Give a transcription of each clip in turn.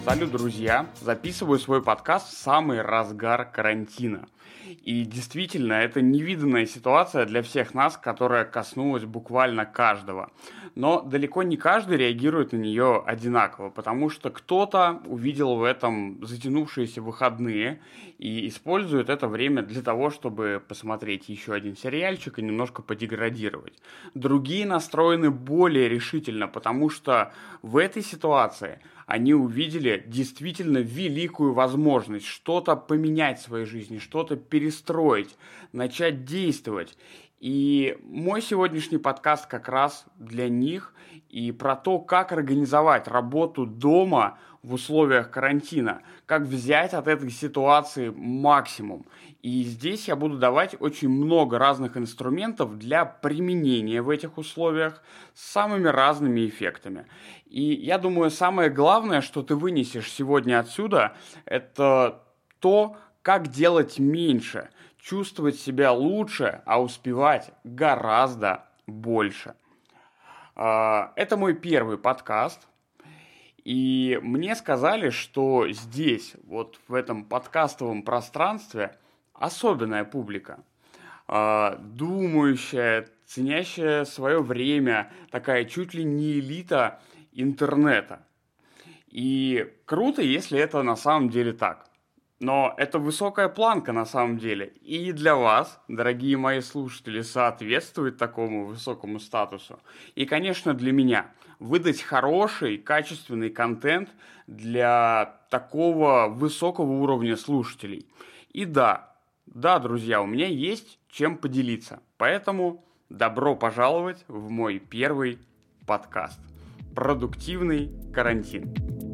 Салют, друзья! Записываю свой подкаст в самый разгар карантина. И действительно, это невиданная ситуация для всех нас, которая коснулась буквально каждого. Но далеко не каждый реагирует на нее одинаково, потому что кто-то увидел в этом затянувшиеся выходные и использует это время для того, чтобы посмотреть еще один сериальчик и немножко подеградировать. Другие настроены более решительно, потому что в этой ситуации они увидели действительно великую возможность что-то поменять в своей жизни, что-то перестроить, начать действовать. И мой сегодняшний подкаст как раз для них и про то, как организовать работу дома в условиях карантина, как взять от этой ситуации максимум. И здесь я буду давать очень много разных инструментов для применения в этих условиях с самыми разными эффектами. И я думаю, самое главное, что ты вынесешь сегодня отсюда, это то, как делать меньше, чувствовать себя лучше, а успевать гораздо больше. Это мой первый подкаст. И мне сказали, что здесь, вот в этом подкастовом пространстве, особенная публика. Думающая, ценящая свое время, такая чуть ли не элита интернета. И круто, если это на самом деле так. Но это высокая планка на самом деле. И для вас, дорогие мои слушатели, соответствует такому высокому статусу. И, конечно, для меня. Выдать хороший, качественный контент для такого высокого уровня слушателей. И да, друзья, у меня есть чем поделиться. Поэтому добро пожаловать в мой первый подкаст. Продуктивный карантин.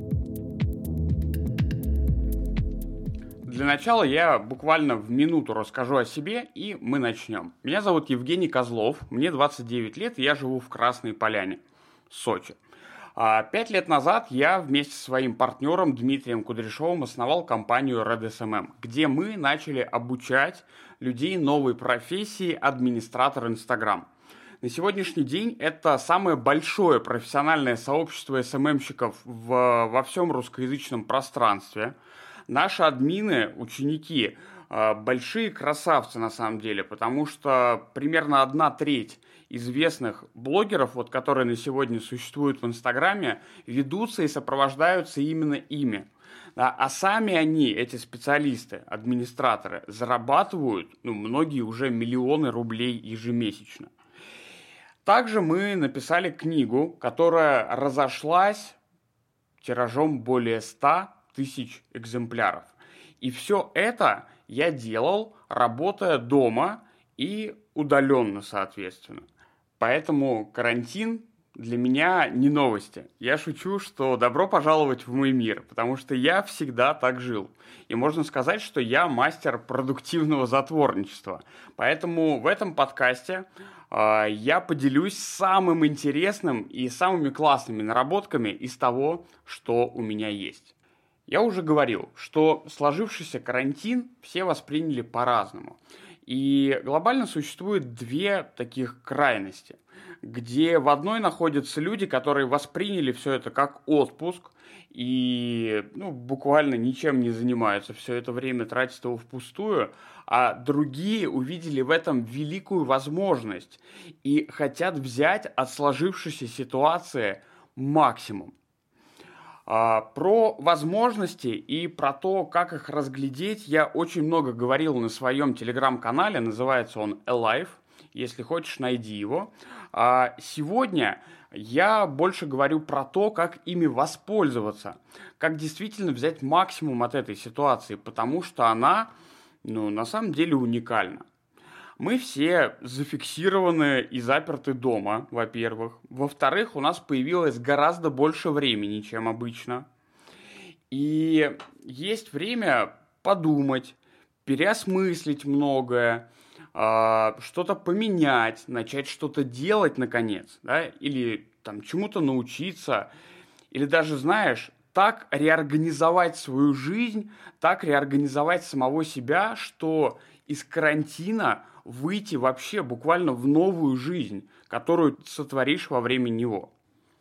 Для начала я буквально в минуту расскажу о себе, и мы начнем. Меня зовут Евгений Козлов, мне 29 лет, и я живу в Красной Поляне, Сочи. 5 лет назад я вместе со своим партнером Дмитрием Кудряшовым основал компанию Red SMM, где мы начали обучать людей новой профессии администратор Instagram. На сегодняшний день это самое большое профессиональное сообщество SMM-щиков во всем русскоязычном пространстве. Наши админы, ученики, большие красавцы на самом деле, потому что примерно 1/3 известных блогеров, которые на сегодня существуют в Инстаграме, ведутся и сопровождаются именно ими. А сами они, эти специалисты, администраторы, зарабатывают, многие уже миллионы рублей ежемесячно. Также мы написали книгу, которая разошлась тиражом более 100 тысяч экземпляров. И все это я делал, работая дома и удаленно, соответственно. Поэтому карантин для меня не новости. Я шучу, что добро пожаловать в мой мир, потому что я всегда так жил. И можно сказать, что я мастер продуктивного затворничества. Поэтому в этом подкасте я поделюсь самым интересным и самыми классными наработками из того, что у меня есть. Я уже говорил, что сложившийся карантин все восприняли по-разному. И глобально существует две таких крайности, где в одной находятся люди, которые восприняли все это как отпуск и буквально ничем не занимаются, все это время тратят его впустую, а другие увидели в этом великую возможность и хотят взять от сложившейся ситуации максимум. Про возможности и про то, как их разглядеть, я очень много говорил на своем телеграм-канале, называется он Alive, если хочешь, найди его. Сегодня я больше говорю про то, как ими воспользоваться, как действительно взять максимум от этой ситуации, потому что она, на самом деле уникальна. Мы все зафиксированы и заперты дома, во-первых. Во-вторых, у нас появилось гораздо больше времени, чем обычно. И есть время подумать, переосмыслить многое, что-то поменять, начать что-то делать, наконец, или чему-то научиться, или даже, так реорганизовать свою жизнь, так реорганизовать самого себя, что из карантина выйти вообще буквально в новую жизнь, которую сотворишь во время него.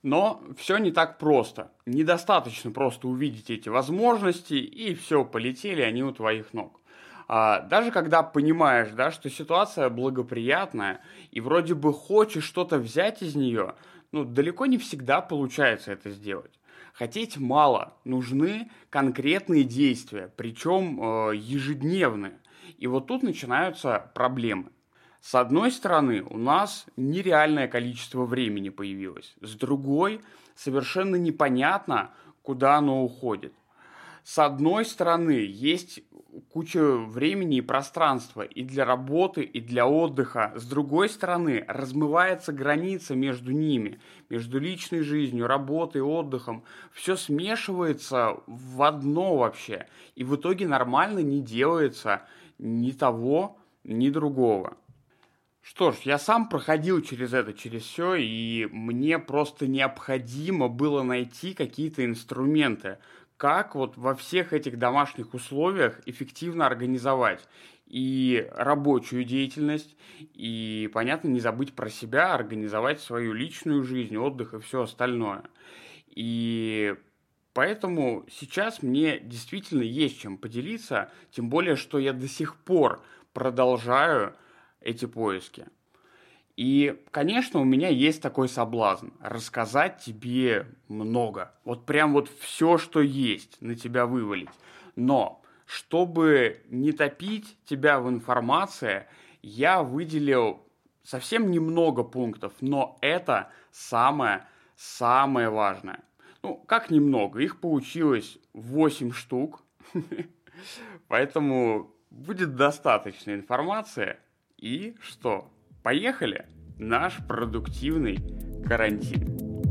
Но все не так просто. Недостаточно просто увидеть эти возможности, и все, полетели они у твоих ног. Даже когда понимаешь, да, что ситуация благоприятная, и вроде бы хочешь что-то взять из нее, ну, далеко не всегда получается это сделать. Хотеть мало, нужны конкретные действия, причем ежедневные. И вот тут начинаются проблемы. С одной стороны, у нас нереальное количество времени появилось. С другой, совершенно непонятно, куда оно уходит. С одной стороны, есть куча времени и пространства и для работы, и для отдыха. С другой стороны, размывается граница между ними, между личной жизнью, работой, отдыхом. Все смешивается в одно вообще. И в итоге нормально не делается ни того, ни другого. Что ж, я сам проходил через все, и мне просто необходимо было найти какие-то инструменты, как вот во всех этих домашних условиях эффективно организовать и рабочую деятельность, и, понятно, не забыть про себя, организовать свою личную жизнь, отдых и все остальное. И поэтому сейчас мне действительно есть чем поделиться, тем более, что я до сих пор продолжаю эти поиски. И, конечно, у меня есть такой соблазн рассказать тебе много. Вот прям вот все, что есть, на тебя вывалить. Но, чтобы не топить тебя в информации, я выделил совсем немного пунктов, но это самое важное. Ну, как немного, их получилось 8 штук, поэтому будет достаточно информации. И что? Поехали! Наш продуктивный карантин.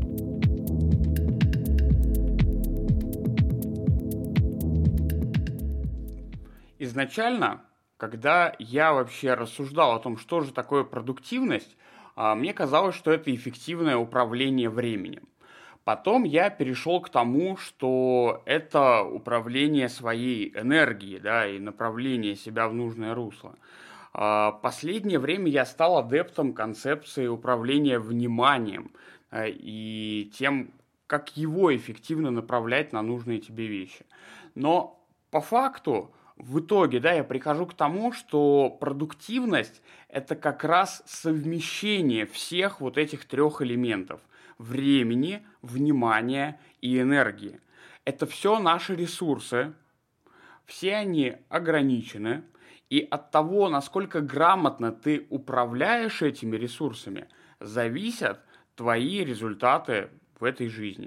Изначально, когда я вообще рассуждал о том, что же такое продуктивность, мне казалось, что это эффективное управление временем. Потом я перешел к тому, что это управление своей энергией, да, и направление себя в нужное русло. Последнее время я стал адептом концепции управления вниманием и тем, как его эффективно направлять на нужные тебе вещи. Но по факту, в итоге, да, я прихожу к тому, что продуктивность – это как раз совмещение всех вот этих трех элементов – времени, внимания и энергии. Это все наши ресурсы, все они ограничены, и от того, насколько грамотно ты управляешь этими ресурсами, зависят твои результаты в этой жизни.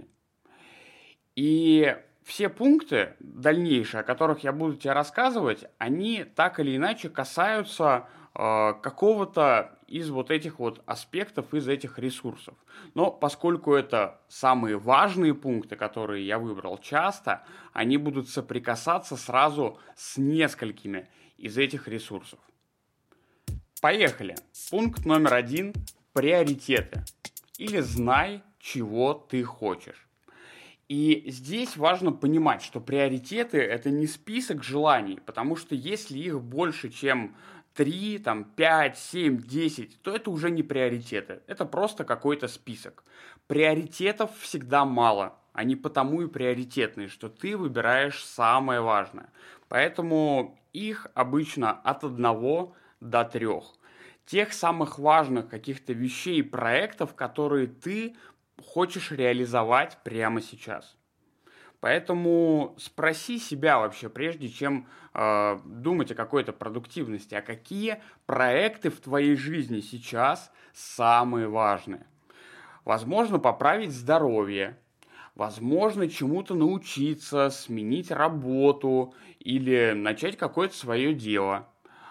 И все пункты дальнейшие, о которых я буду тебе рассказывать, они так или иначе касаются какого-то из вот этих вот аспектов, из этих ресурсов. Но поскольку это самые важные пункты, которые я выбрал часто, они будут соприкасаться сразу с несколькими из этих ресурсов. Поехали. Пункт номер 1 – приоритеты. Или знай, чего ты хочешь. И здесь важно понимать, что приоритеты – это не список желаний, потому что если их больше, чем 3, 5, 7, 10, то это уже не приоритеты, это просто какой-то список. Приоритетов всегда мало, они потому и приоритетные, что ты выбираешь самое важное. Поэтому их обычно от 1 до 3. Тех самых важных каких-то вещей и проектов, которые ты хочешь реализовать прямо сейчас. Поэтому спроси себя вообще, прежде чем думать о какой-то продуктивности, а какие проекты в твоей жизни сейчас самые важные. Возможно, поправить здоровье, возможно, чему-то научиться, сменить работу или начать какое-то свое дело.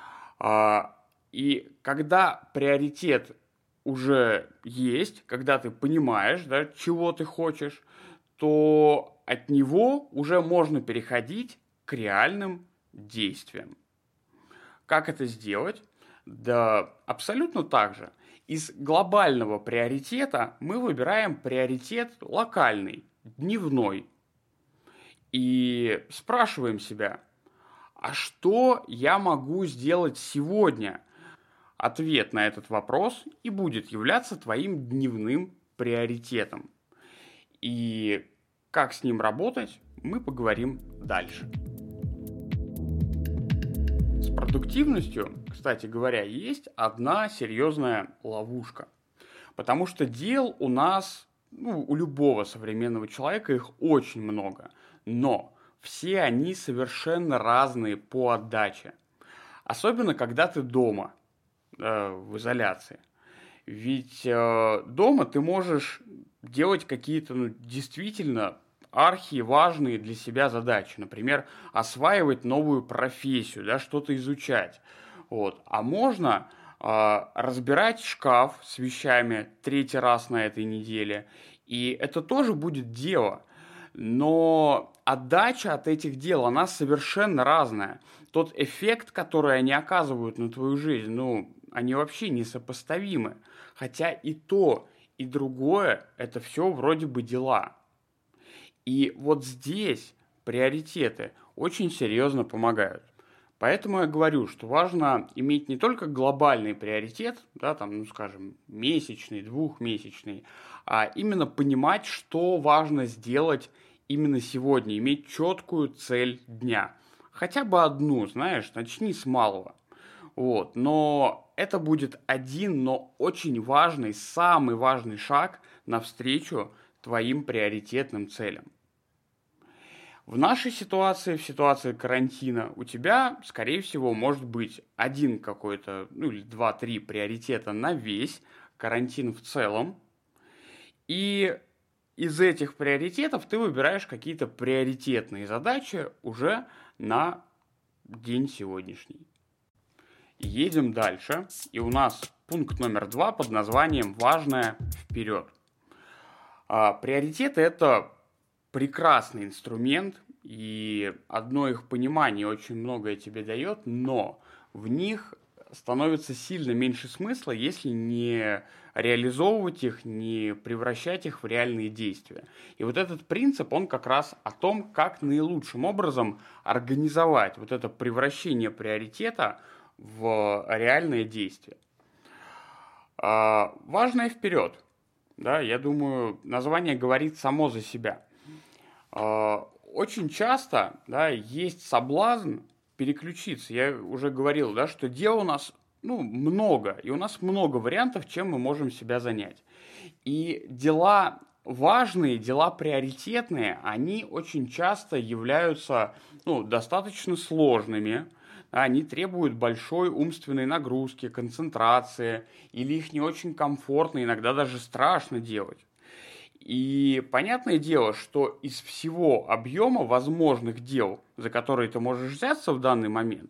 И когда приоритет уже есть, когда ты понимаешь, да, чего ты хочешь, то от него уже можно переходить к реальным действиям. Как это сделать? Да абсолютно так же. Из глобального приоритета мы выбираем приоритет локальный, дневной. И спрашиваем себя, а что я могу сделать сегодня? Ответ на этот вопрос и будет являться твоим дневным приоритетом. И как с ним работать, мы поговорим дальше. С продуктивностью, кстати говоря, есть одна серьезная ловушка. Потому что дел у нас, у любого современного человека их очень много. Но все они совершенно разные по отдаче. Особенно, когда ты дома, в изоляции. Ведь дома ты можешь делать какие-то действительно архиважные для себя задачи. Например, осваивать новую профессию, да, что-то изучать. Вот. А можно разбирать шкаф с вещами третий раз на этой неделе. И это тоже будет дело. Но отдача от этих дел, она совершенно разная. Тот эффект, который они оказывают на твою жизнь, они вообще несопоставимы. Хотя и то, и другое, это все вроде бы дела. И вот здесь приоритеты очень серьезно помогают. Поэтому я говорю, что важно иметь не только глобальный приоритет, да, там, скажем, месячный, двухмесячный, а именно понимать, что важно сделать именно сегодня, иметь четкую цель дня. Хотя бы одну, знаешь, начни с малого. Вот. Но это будет один, но очень важный, самый важный шаг навстречу твоим приоритетным целям. В нашей ситуации, в ситуации карантина, у тебя, скорее всего, может быть один какой-то, или 2-3 приоритета на весь карантин в целом. И из этих приоритетов ты выбираешь какие-то приоритетные задачи уже на день сегодняшний. Едем дальше. И у нас пункт номер 2 под названием «Важное вперед». Приоритеты – это прекрасный инструмент, и одно их понимание очень многое тебе дает, но в них становится сильно меньше смысла, если не реализовывать их, не превращать их в реальные действия. И вот этот принцип, он как раз о том, как наилучшим образом организовать вот это превращение приоритета в реальное действие. Важное вперед. Да, я думаю, название говорит само за себя. Очень часто, да, есть соблазн переключиться. Я уже говорил, да, что дел у нас много, и у нас много вариантов, чем мы можем себя занять. И дела важные, дела приоритетные, они очень часто являются достаточно сложными. Они требуют большой умственной нагрузки, концентрации, или их не очень комфортно, иногда даже страшно делать. И понятное дело, что из всего объема возможных дел, за которые ты можешь взяться в данный момент,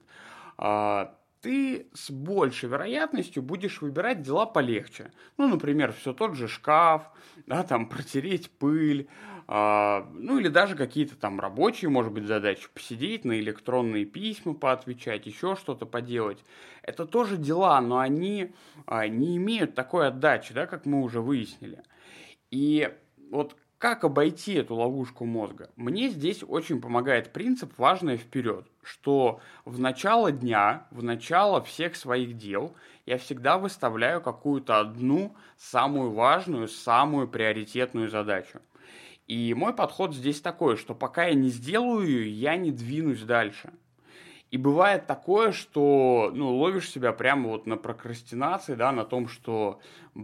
ты с большей вероятностью будешь выбирать дела полегче. Например, все тот же шкаф, да, там протереть пыль, или даже какие-то там рабочие, может быть, задачи, посидеть на электронные письма, поотвечать, еще что-то поделать. Это тоже дела, но они не имеют такой отдачи, да, как мы уже выяснили. И вот как обойти эту ловушку мозга? Мне здесь очень помогает принцип «важное вперед», что в начало дня, в начало всех своих дел я всегда выставляю какую-то одну самую важную, самую приоритетную задачу. И мой подход здесь такой, что пока я не сделаю ее, я не двинусь дальше. И бывает такое, что ловишь себя прямо вот на прокрастинации, да, на том, что,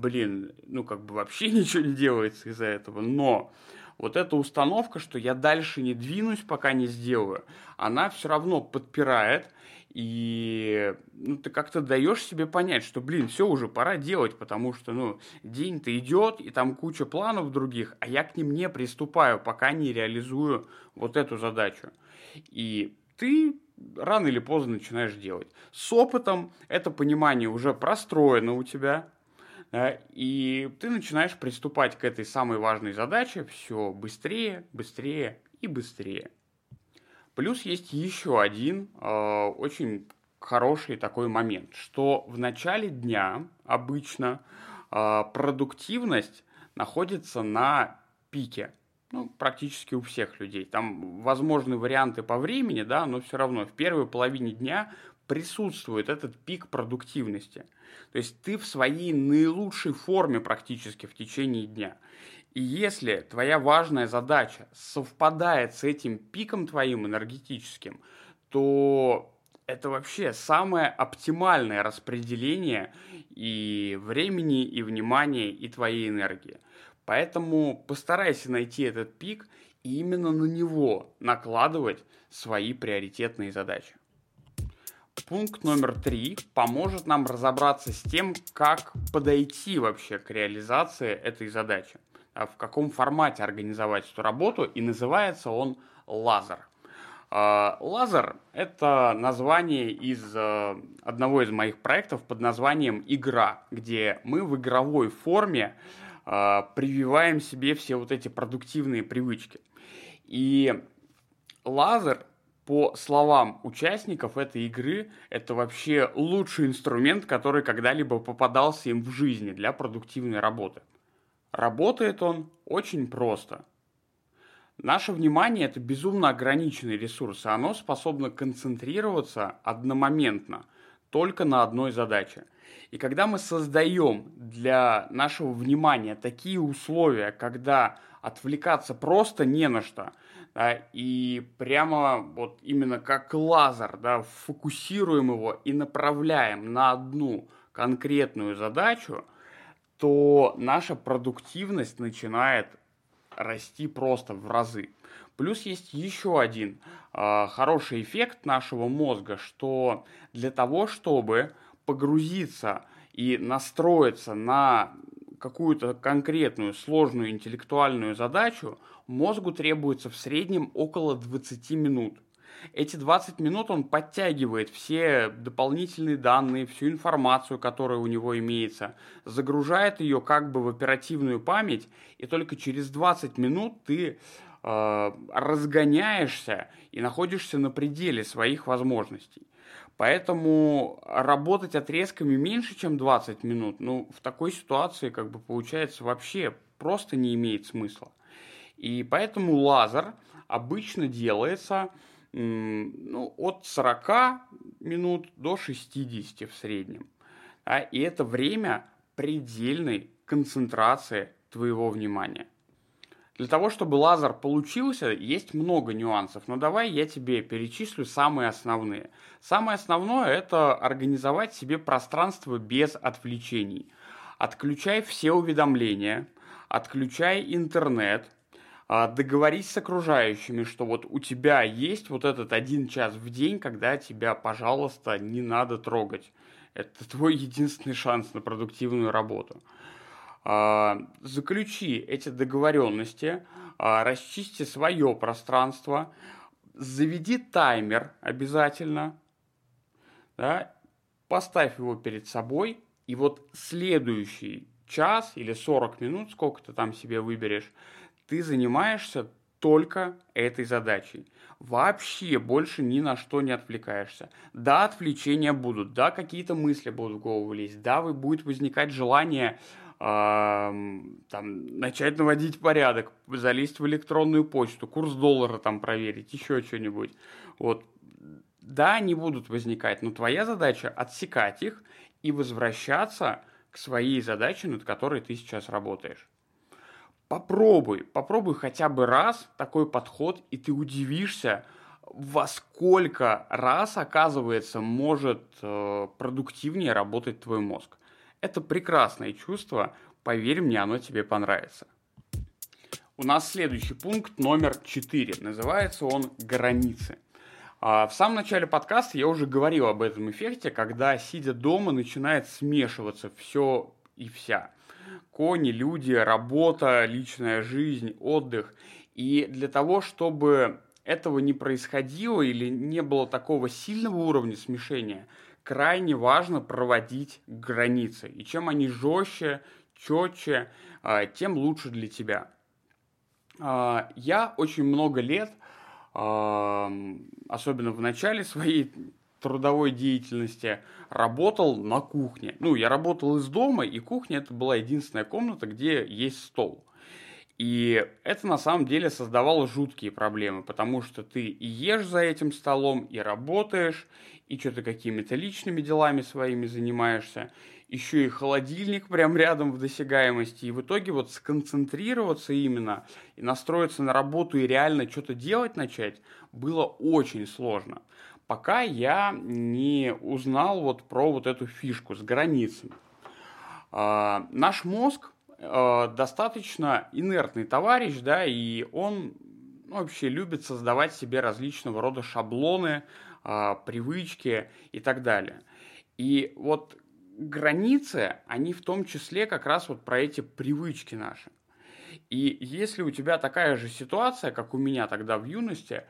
вообще ничего не делается из-за этого. Но вот эта установка, что я дальше не двинусь, пока не сделаю, она все равно подпирает. И ты как-то даешь себе понять, что, все, уже пора делать, потому что, день-то идет, и там куча планов других, а я к ним не приступаю, пока не реализую вот эту задачу. И ты рано или поздно начинаешь делать. С опытом это понимание уже простроено у тебя, да, и ты начинаешь приступать к этой самой важной задаче все быстрее, быстрее и быстрее. Плюс есть еще один очень хороший такой момент, что в начале дня обычно продуктивность находится на пике. Практически у всех людей. Там возможны варианты по времени, да, но все равно в первой половине дня присутствует этот пик продуктивности. То есть ты в своей наилучшей форме практически в течение дня. И если твоя важная задача совпадает с этим пиком твоим энергетическим, то это вообще самое оптимальное распределение и времени, и внимания, и твоей энергии. Поэтому постарайся найти этот пик и именно на него накладывать свои приоритетные задачи. Пункт номер 3 поможет нам разобраться с тем, как подойти вообще к реализации этой задачи, в каком формате организовать эту работу, и называется он лазер. Лазер – это название из одного из моих проектов под названием «Игра», где мы в игровой форме прививаем себе все вот эти продуктивные привычки. И лазер, по словам участников этой игры, это вообще лучший инструмент, который когда-либо попадался им в жизни для продуктивной работы. Работает он очень просто. Наше внимание – это безумно ограниченный ресурс, и оно способно концентрироваться одномоментно только на одной задаче. И когда мы создаем для нашего внимания такие условия, когда отвлекаться просто не на что, да, и прямо вот именно как лазер, да, фокусируем его и направляем на одну конкретную задачу, то наша продуктивность начинает расти просто в разы. Плюс есть еще один хороший эффект нашего мозга, что для того, чтобы погрузиться и настроиться на какую-то конкретную сложную интеллектуальную задачу, мозгу требуется в среднем около 20 минут. Эти 20 минут он подтягивает все дополнительные данные, всю информацию, которая у него имеется, загружает ее как бы в оперативную память, и только через 20 минут ты разгоняешься и находишься на пределе своих возможностей. Поэтому работать отрезками меньше, чем 20 минут, в такой ситуации как бы получается вообще просто не имеет смысла. И поэтому лазер обычно делается от 40 минут до 60 в среднем. И это время предельной концентрации твоего внимания. Для того, чтобы лазер получился, есть много нюансов, но давай я тебе перечислю самые основные. Самое основное – это организовать себе пространство без отвлечений. Отключай все уведомления, отключай интернет, договорись с окружающими, что вот у тебя есть вот этот 1 час в день, когда тебя, пожалуйста, не надо трогать. Это твой единственный шанс на продуктивную работу. Заключи эти договоренности, расчисти свое пространство, заведи таймер обязательно, да, поставь его перед собой, и вот следующий час или 40 минут, сколько ты там себе выберешь, ты занимаешься только этой задачей. Вообще больше ни на что не отвлекаешься. Да, отвлечения будут, да, какие-то мысли будут в голову лезть, да, будет возникать желание начать наводить порядок, залезть в электронную почту, курс доллара там проверить, еще что-нибудь. Вот. Да, они будут возникать, но твоя задача отсекать их и возвращаться к своей задаче, над которой ты сейчас работаешь. Попробуй хотя бы раз такой подход, и ты удивишься, во сколько раз, оказывается, может продуктивнее работать твой мозг. Это прекрасное чувство, поверь мне, оно тебе понравится. У нас следующий пункт, номер 4. Называется он «Границы». В самом начале подкаста я уже говорил об этом эффекте, когда, сидя дома, начинает смешиваться все и вся. Кони, люди, работа, личная жизнь, отдых. И для того, чтобы этого не происходило или не было такого сильного уровня смешения, крайне важно проводить границы. И чем они жестче, четче, тем лучше для тебя. Я очень много лет, особенно в начале своей трудовой деятельности, работал на кухне. Я работал из дома, и кухня – это была единственная комната, где есть стол. И это на самом деле создавало жуткие проблемы, потому что ты и ешь за этим столом, и работаешь, и что-то какими-то личными делами своими занимаешься, еще и холодильник прям рядом в досягаемости, и в итоге вот сконцентрироваться именно и настроиться на работу и реально что-то делать начать было очень сложно, пока я не узнал вот про вот эту фишку с границами. Наш мозг достаточно инертный товарищ, да, и он вообще любит создавать себе различного рода шаблоны, привычки и так далее. И вот границы, они в том числе как раз вот про эти привычки наши. И если у тебя такая же ситуация, как у меня тогда в юности,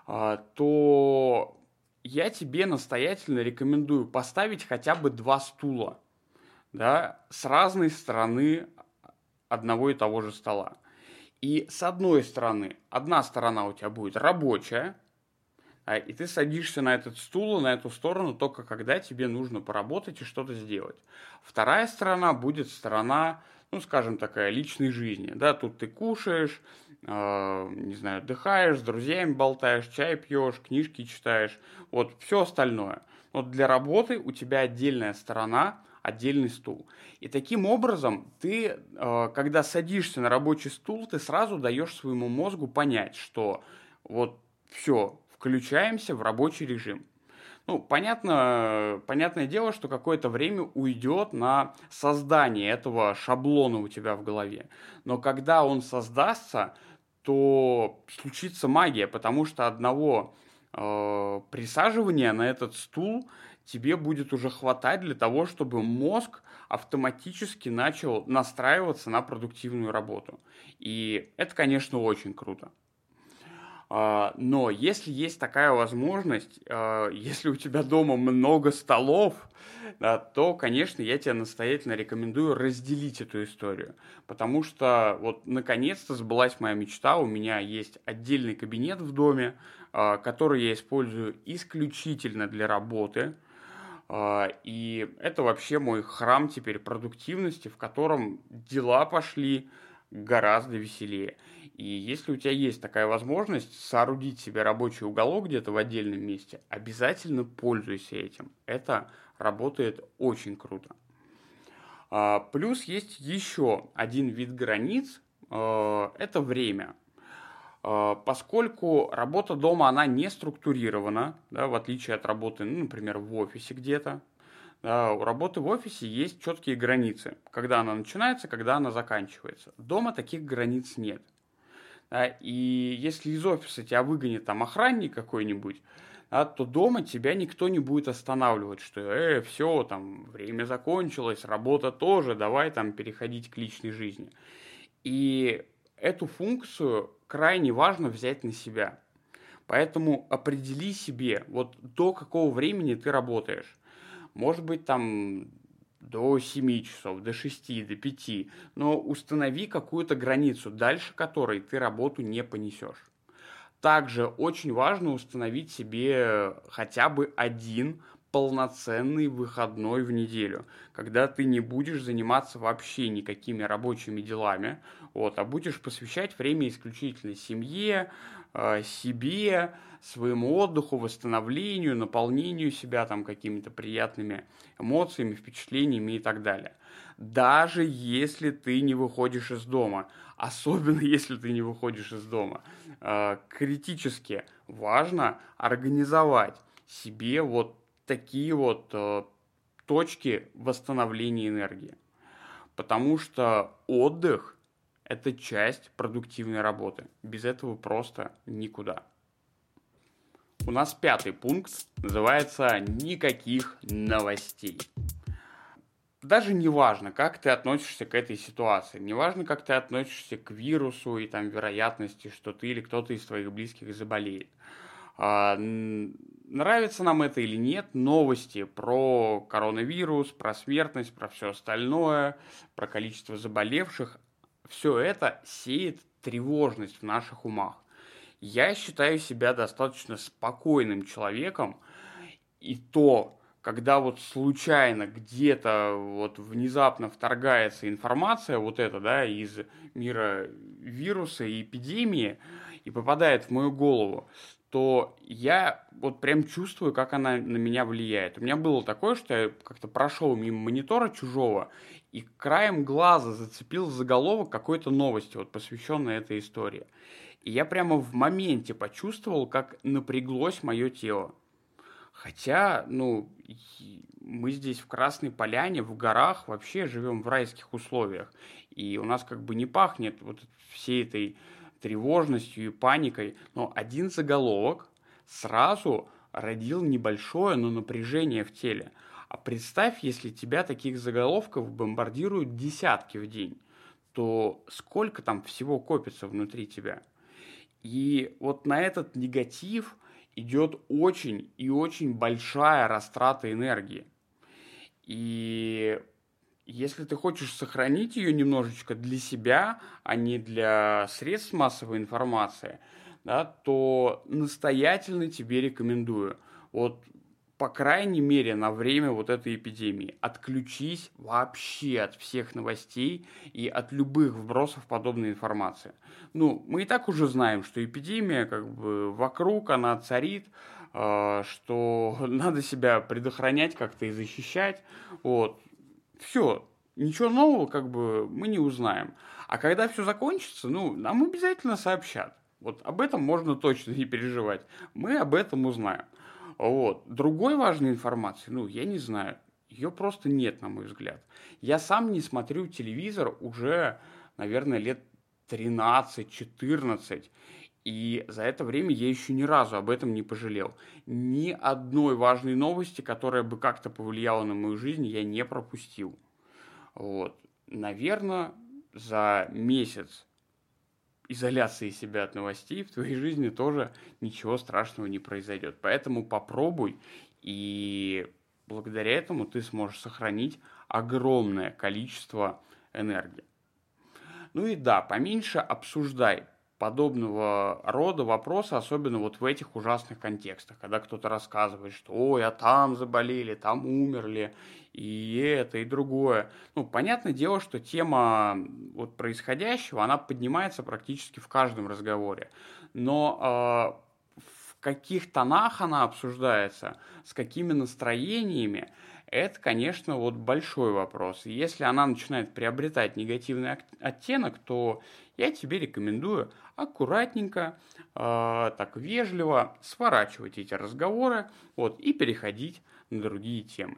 то я тебе настоятельно рекомендую поставить хотя бы 2 стула, да, с разной стороны одного и того же стола. И с одной стороны, одна сторона у тебя будет рабочая, и ты садишься на этот стул, на эту сторону только когда тебе нужно поработать и что-то сделать. Вторая сторона будет сторона, ну, скажем, такая личной жизни. Да, тут ты кушаешь, не знаю, отдыхаешь, с друзьями болтаешь, чай пьешь, книжки читаешь, вот все остальное. Вот для работы у тебя отдельная сторона, отдельный стул. И таким образом ты, когда садишься на рабочий стул, ты сразу даешь своему мозгу понять, что вот все, включаемся в рабочий режим. Ну, понятное дело, что какое-то время уйдет на создание этого шаблона у тебя в голове. Но когда он создастся, то случится магия, потому что одного присаживания на этот стул тебе будет уже хватать для того, чтобы мозг автоматически начал настраиваться на продуктивную работу. И это, конечно, очень круто. Но если есть такая возможность, если у тебя дома много столов, да, то, конечно, я тебе настоятельно рекомендую разделить эту историю. Потому что вот наконец-то сбылась моя мечта. У меня есть отдельный кабинет в доме, который я использую исключительно для работы. И это вообще мой храм теперь продуктивности, в котором дела пошли гораздо веселее. И если у тебя есть такая возможность соорудить себе рабочий уголок где-то в отдельном месте, обязательно пользуйся этим. Это работает очень круто. Плюс есть еще один вид границ, это время. Поскольку работа дома, она не структурирована, да, в отличие от работы, ну, например, в офисе где-то, да, у работы в офисе есть четкие границы, когда она начинается, когда она заканчивается. Дома таких границ нет. Да, и если из офиса тебя выгонит там охранник какой-нибудь, да, то дома тебя никто не будет останавливать, что все, там, время закончилось, работа тоже, давай там переходить к личной жизни. И эту функцию крайне важно взять на себя. Поэтому определи себе, вот до какого времени ты работаешь. Может быть, там до 7 часов, до 6, до 5, но установи какую-то границу, дальше которой ты работу не понесешь. Также очень важно установить себе хотя бы один полноценный выходной в неделю, когда ты не будешь заниматься вообще никакими рабочими делами, вот, а будешь посвящать время исключительно семье, себе, своему отдыху, восстановлению, наполнению себя там какими-то приятными эмоциями, впечатлениями и так далее. Даже если ты не выходишь из дома, особенно если ты не выходишь из дома, критически важно организовать себе вот такие вот точки восстановления энергии. Потому что отдых – это часть продуктивной работы. Без этого просто никуда. У нас 5-й пункт называется «Никаких новостей». Даже не важно, как ты относишься к этой ситуации, не важно, как ты относишься к вирусу и там вероятности, что ты или кто-то из твоих близких заболеет. Нравится нам это или нет, новости про коронавирус, про смертность, про все остальное, про количество заболевших, все это сеет тревожность в наших умах. Я считаю себя достаточно спокойным человеком, и то когда вот случайно где-то вот внезапно вторгается информация вот эта, да, из мира вируса и эпидемии и попадает в мою голову, то я вот прям чувствую, как она на меня влияет. У меня было такое, что я как-то прошел мимо монитора чужого и краем глаза зацепил заголовок какой-то новости, вот посвященной этой истории. И я прямо в моменте почувствовал, как напряглось мое тело. Хотя, ну, мы здесь в Красной Поляне, в горах, вообще живем в райских условиях. И у нас как бы не пахнет вот всей этой тревожностью и паникой. Но один заголовок сразу родил небольшое, но напряжение в теле. А представь, если тебя таких заголовков бомбардируют десятки в день, то сколько там всего копится внутри тебя? И вот на этот негатив идет очень и очень большая растрата энергии. И если ты хочешь сохранить ее немножечко для себя, а не для средств массовой информации, да, то настоятельно тебе рекомендую. Вот по крайней мере, на время вот этой эпидемии. Отключись вообще от всех новостей и от любых вбросов подобной информации. Ну, мы и так уже знаем, что эпидемия как бы вокруг, она царит, что надо себя предохранять как-то и защищать. Вот. Все. Ничего нового как бы мы не узнаем. А когда все закончится, ну, нам обязательно сообщат. Вот об этом можно точно не переживать. Мы об этом узнаем. Вот. Другой важной информации, ну, я не знаю, ее просто нет, на мой взгляд. Я сам не смотрю телевизор уже, наверное, лет 13-14, и за это время я еще ни разу об этом не пожалел. Ни одной важной новости, которая бы как-то повлияла на мою жизнь, я не пропустил. Вот. Наверное, за месяц изоляции себя от новостей в твоей жизни тоже ничего страшного не произойдет. Поэтому попробуй, и благодаря этому ты сможешь сохранить огромное количество энергии. Ну и да, поменьше обсуждай подобного рода вопросы, особенно вот в этих ужасных контекстах, когда кто-то рассказывает, что ой, а там заболели, там умерли, и это, и другое. Ну, понятное дело, что тема вот происходящего, она поднимается практически в каждом разговоре. Но в каких тонах она обсуждается, с какими настроениями, это, конечно, вот большой вопрос. И если она начинает приобретать негативный оттенок, то я тебе рекомендую аккуратненько, так вежливо сворачивать эти разговоры вот, и переходить на другие темы.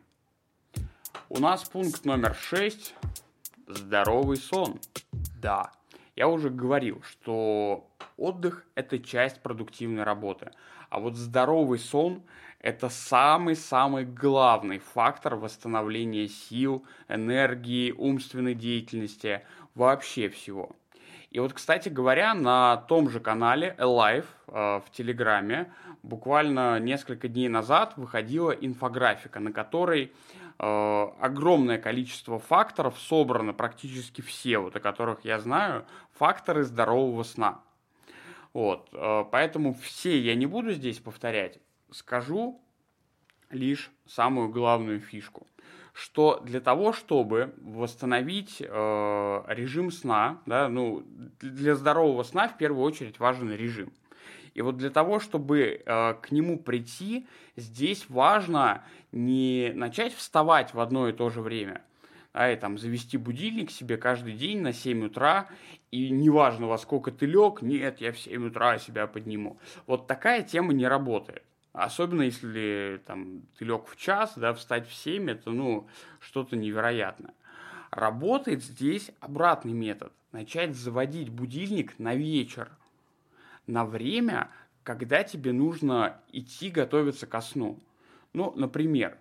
У нас пункт номер 6 – здоровый сон. Да, я уже говорил, что отдых – это часть продуктивной работы, а вот здоровый сон – это самый-самый главный фактор восстановления сил, энергии, умственной деятельности, вообще всего. И вот, кстати говоря, на том же канале Alive в Телеграме буквально несколько дней назад выходила инфографика, на которой огромное количество факторов собрано, практически все, вот, о которых я знаю, факторы здорового сна. Вот, поэтому все я не буду здесь повторять, скажу лишь самую главную фишку, что для того, чтобы восстановить режим сна, да, ну, для здорового сна в первую очередь важен режим. И вот для того, чтобы к нему прийти, здесь важно не начать вставать в одно и то же время, да, и там завести будильник себе каждый день на 7 утра, и неважно, во сколько ты лег, нет, я в 7 утра себя подниму. Вот такая тема не работает. Особенно если там, ты лег в час, да, встать в 7, это ну, что-то невероятное. Работает здесь обратный метод. Начать заводить будильник на вечер, на время, когда тебе нужно идти готовиться ко сну. Ну, например,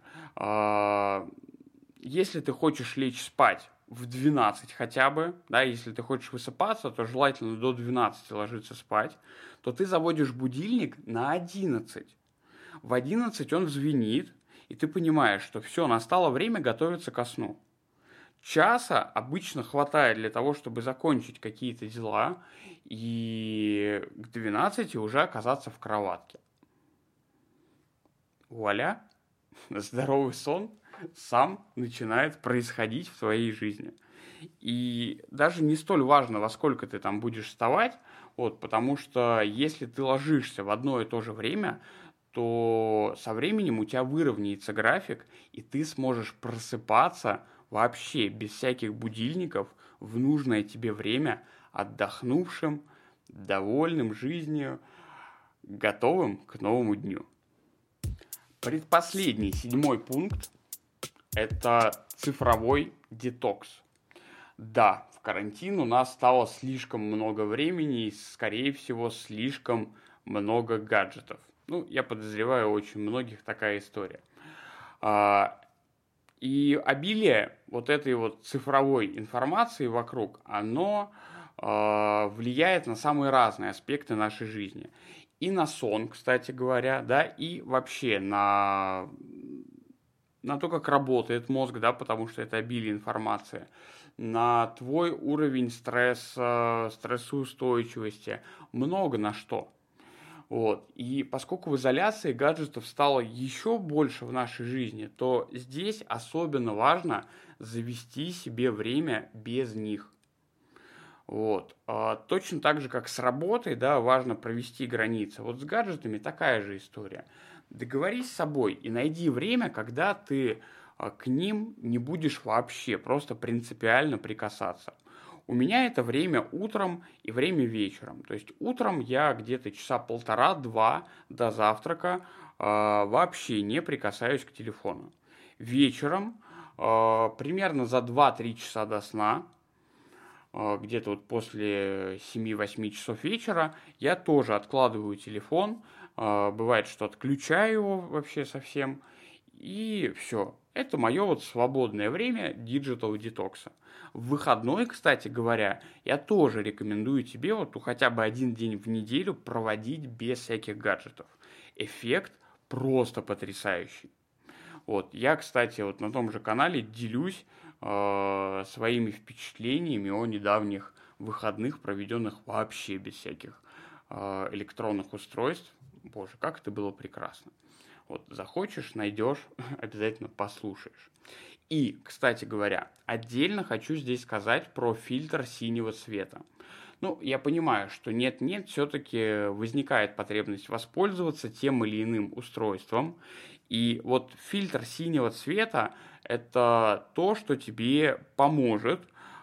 если ты хочешь лечь спать в 12 хотя бы, да, если ты хочешь высыпаться, то желательно до 12 ложиться спать, то ты заводишь будильник на 11. В 11 он звенит, и ты понимаешь, что все, настало время готовиться ко сну. Часа обычно хватает для того, чтобы закончить какие-то дела и к 12 уже оказаться в кроватке. Вуаля! здоровый сон сам начинает происходить в твоей жизни. И даже не столь важно, во сколько ты там будешь вставать, вот, потому что если ты ложишься в одно и то же время, то со временем у тебя выровняется график, и ты сможешь просыпаться вообще без всяких будильников в нужное тебе время, отдохнувшим, довольным жизнью, готовым к новому дню. Предпоследний, 7-й пункт – это цифровой детокс. Да, в карантин у нас стало слишком много времени и, скорее всего, слишком много гаджетов. Ну, я подозреваю, у очень многих такая история. И обилие вот этой вот цифровой информации вокруг, оно влияет на самые разные аспекты нашей жизни. И на сон, кстати говоря, да, и вообще на то, как работает мозг, да, потому что это обилие информации, на твой уровень стресса, стрессоустойчивости, много на что. Вот. И поскольку в изоляции гаджетов стало еще больше в нашей жизни, то здесь особенно важно завести себе время без них. Вот. Точно так же, как с работой, да, важно провести границы. Вот с гаджетами такая же история. Договорись с собой и найди время, когда ты к ним не будешь вообще просто принципиально прикасаться. У меня это время утром и время вечером. То есть утром я где-то часа 1,5-2 до завтрака вообще не прикасаюсь к телефону. Вечером примерно за 2-3 часа до сна, где-то вот после 7-8 часов вечера, я тоже откладываю телефон. Бывает, что отключаю его вообще совсем. И все. Это мое вот свободное время диджитал-детокса. В выходной, кстати говоря, я тоже рекомендую тебе вот хотя бы один день в неделю проводить без всяких гаджетов. Эффект просто потрясающий. Вот. Я, кстати, вот на том же канале делюсь своими впечатлениями о недавних выходных, проведенных вообще без всяких электронных устройств. Боже, как это было прекрасно. Вот захочешь, найдешь, обязательно послушаешь. И, кстати говоря, отдельно хочу здесь сказать про фильтр синего цвета. Ну, я понимаю, что нет-нет, все-таки возникает потребность воспользоваться тем или иным устройством. И вот фильтр синего цвета – это то, что тебе поможет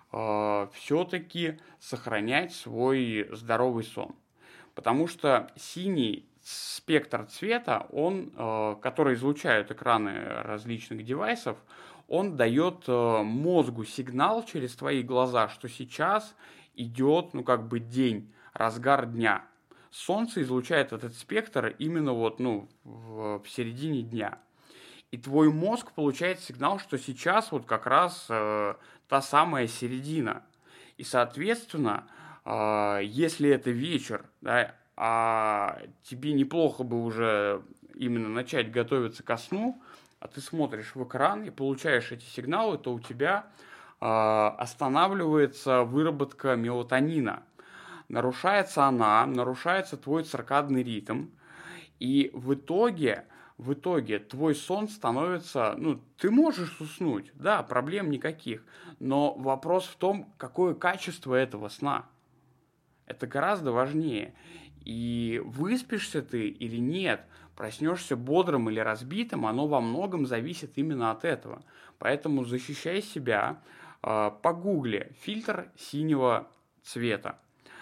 все-таки сохранять свой здоровый сон. Потому что синий спектр цвета, он, который излучают экраны различных девайсов, он дает мозгу сигнал через твои глаза, что сейчас идет, ну, как бы день, разгар дня. Солнце излучает этот спектр именно вот, ну, в середине дня. И твой мозг получает сигнал, что сейчас вот как раз та самая середина. И, соответственно, если это вечер, да, а тебе неплохо бы уже именно начать готовиться ко сну, а ты смотришь в экран и получаешь эти сигналы, то у тебя останавливается выработка мелатонина. Нарушается она, нарушается твой циркадный ритм, и в итоге твой сон становится, ну, ты можешь уснуть, да, проблем никаких, но вопрос в том, какое качество этого сна. Это гораздо важнее. И выспишься ты или нет, проснешься бодрым или разбитым, оно во многом зависит именно от этого. Поэтому защищай себя, погугли фильтр синего цвета.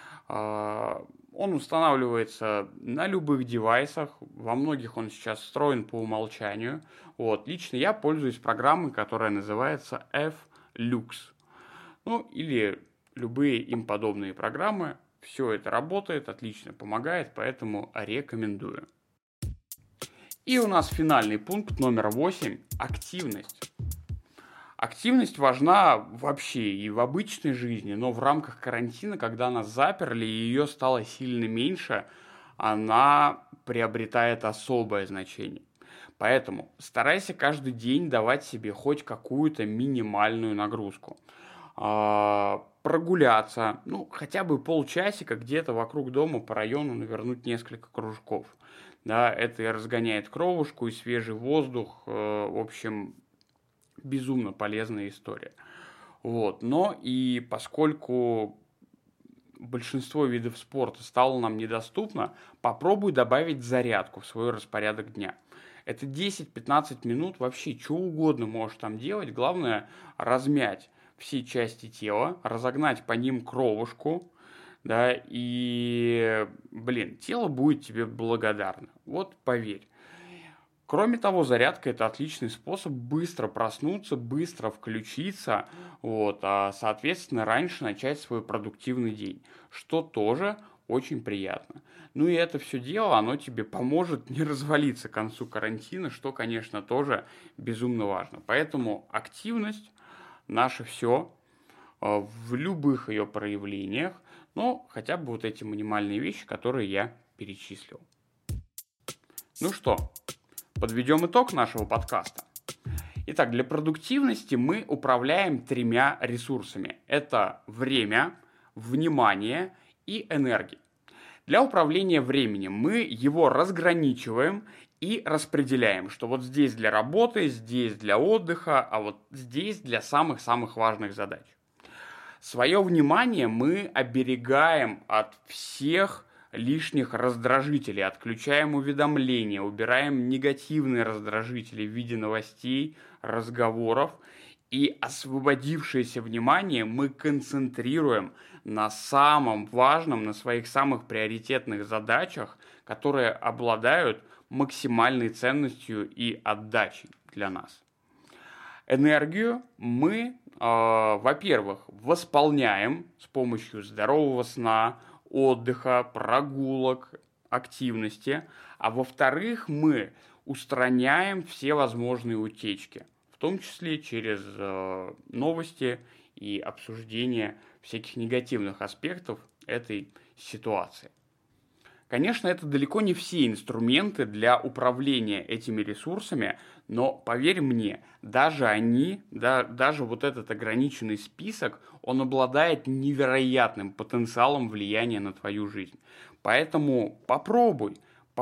Он устанавливается на любых девайсах, во многих он сейчас встроен по умолчанию. Вот. Лично я пользуюсь программой, которая называется F-Lux. Ну, или любые им подобные программы. Все это работает, отлично помогает, поэтому рекомендую. И у нас финальный пункт номер 8 – активность. Активность важна вообще и в обычной жизни, но в рамках карантина, когда нас заперли и ее стало сильно меньше, она приобретает особое значение. Поэтому старайся каждый день давать себе хоть какую-то минимальную нагрузку. Прогуляться, ну, хотя бы полчасика где-то вокруг дома по району навернуть несколько кружков. да, это и разгоняет кровушку, и свежий воздух, в общем, безумно полезная история. Вот, но и поскольку большинство видов спорта стало нам недоступно, попробуй добавить зарядку в свой распорядок дня. Это 10-15 минут, вообще что угодно можешь там делать, главное размять все части тела, разогнать по ним кровушку, да, и, тело будет тебе благодарно, вот поверь. Кроме того, зарядка – это отличный способ быстро проснуться, быстро включиться, вот, а, соответственно, раньше начать свой продуктивный день, что тоже очень приятно. Ну и это все дело, оно тебе поможет не развалиться к концу карантина, что, конечно, тоже безумно важно. Поэтому активность – наше все в любых ее проявлениях, но хотя бы вот эти минимальные вещи, которые я перечислил. Ну что, подведем итог нашего подкаста. Итак, для продуктивности мы управляем 3 ресурсами. Это время, внимание и энергия. Для управления временем мы его разграничиваем и распределяем, что вот здесь для работы, здесь для отдыха, а вот здесь для самых-самых важных задач. Свое внимание мы оберегаем от всех лишних раздражителей, отключаем уведомления, убираем негативные раздражители в виде новостей, разговоров, и освободившееся внимание мы концентрируем на самом важном, на своих самых приоритетных задачах, которые обладают максимальной ценностью и отдачей для нас. Энергию мы, во-первых, восполняем с помощью здорового сна, отдыха, прогулок, активности, а во-вторых, мы устраняем все возможные утечки, в том числе через новости и обсуждение всяких негативных аспектов этой ситуации. Конечно, это далеко не все инструменты для управления этими ресурсами, но поверь мне, даже они, даже вот этот ограниченный список, он обладает невероятным потенциалом влияния на твою жизнь. Поэтому попробуй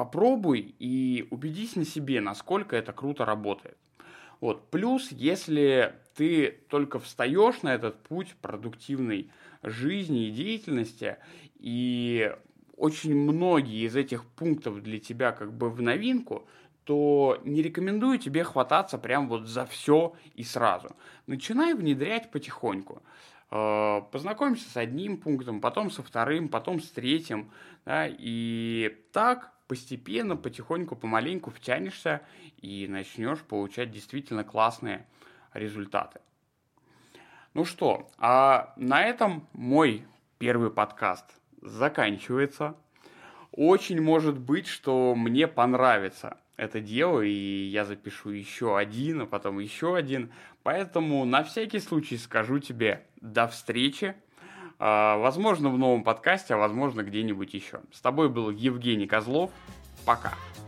и убедись на себе, насколько это круто работает. Вот. Плюс, если ты только встаешь на этот путь продуктивной жизни и деятельности, и очень многие из этих пунктов для тебя как бы в новинку, то не рекомендую тебе хвататься прям вот за все и сразу. Начинай внедрять потихоньку. Познакомься с одним пунктом, потом со вторым, потом с третьим. Да, и так постепенно, потихоньку, помаленьку втянешься и начнешь получать действительно классные результаты. Ну что, а на этом мой первый подкаст заканчивается. Очень может быть, что мне понравится это дело, и я запишу еще один, а потом еще один. Поэтому на всякий случай скажу тебе до встречи. Возможно, в новом подкасте, а возможно, где-нибудь еще. С тобой был Евгений Козлов. Пока.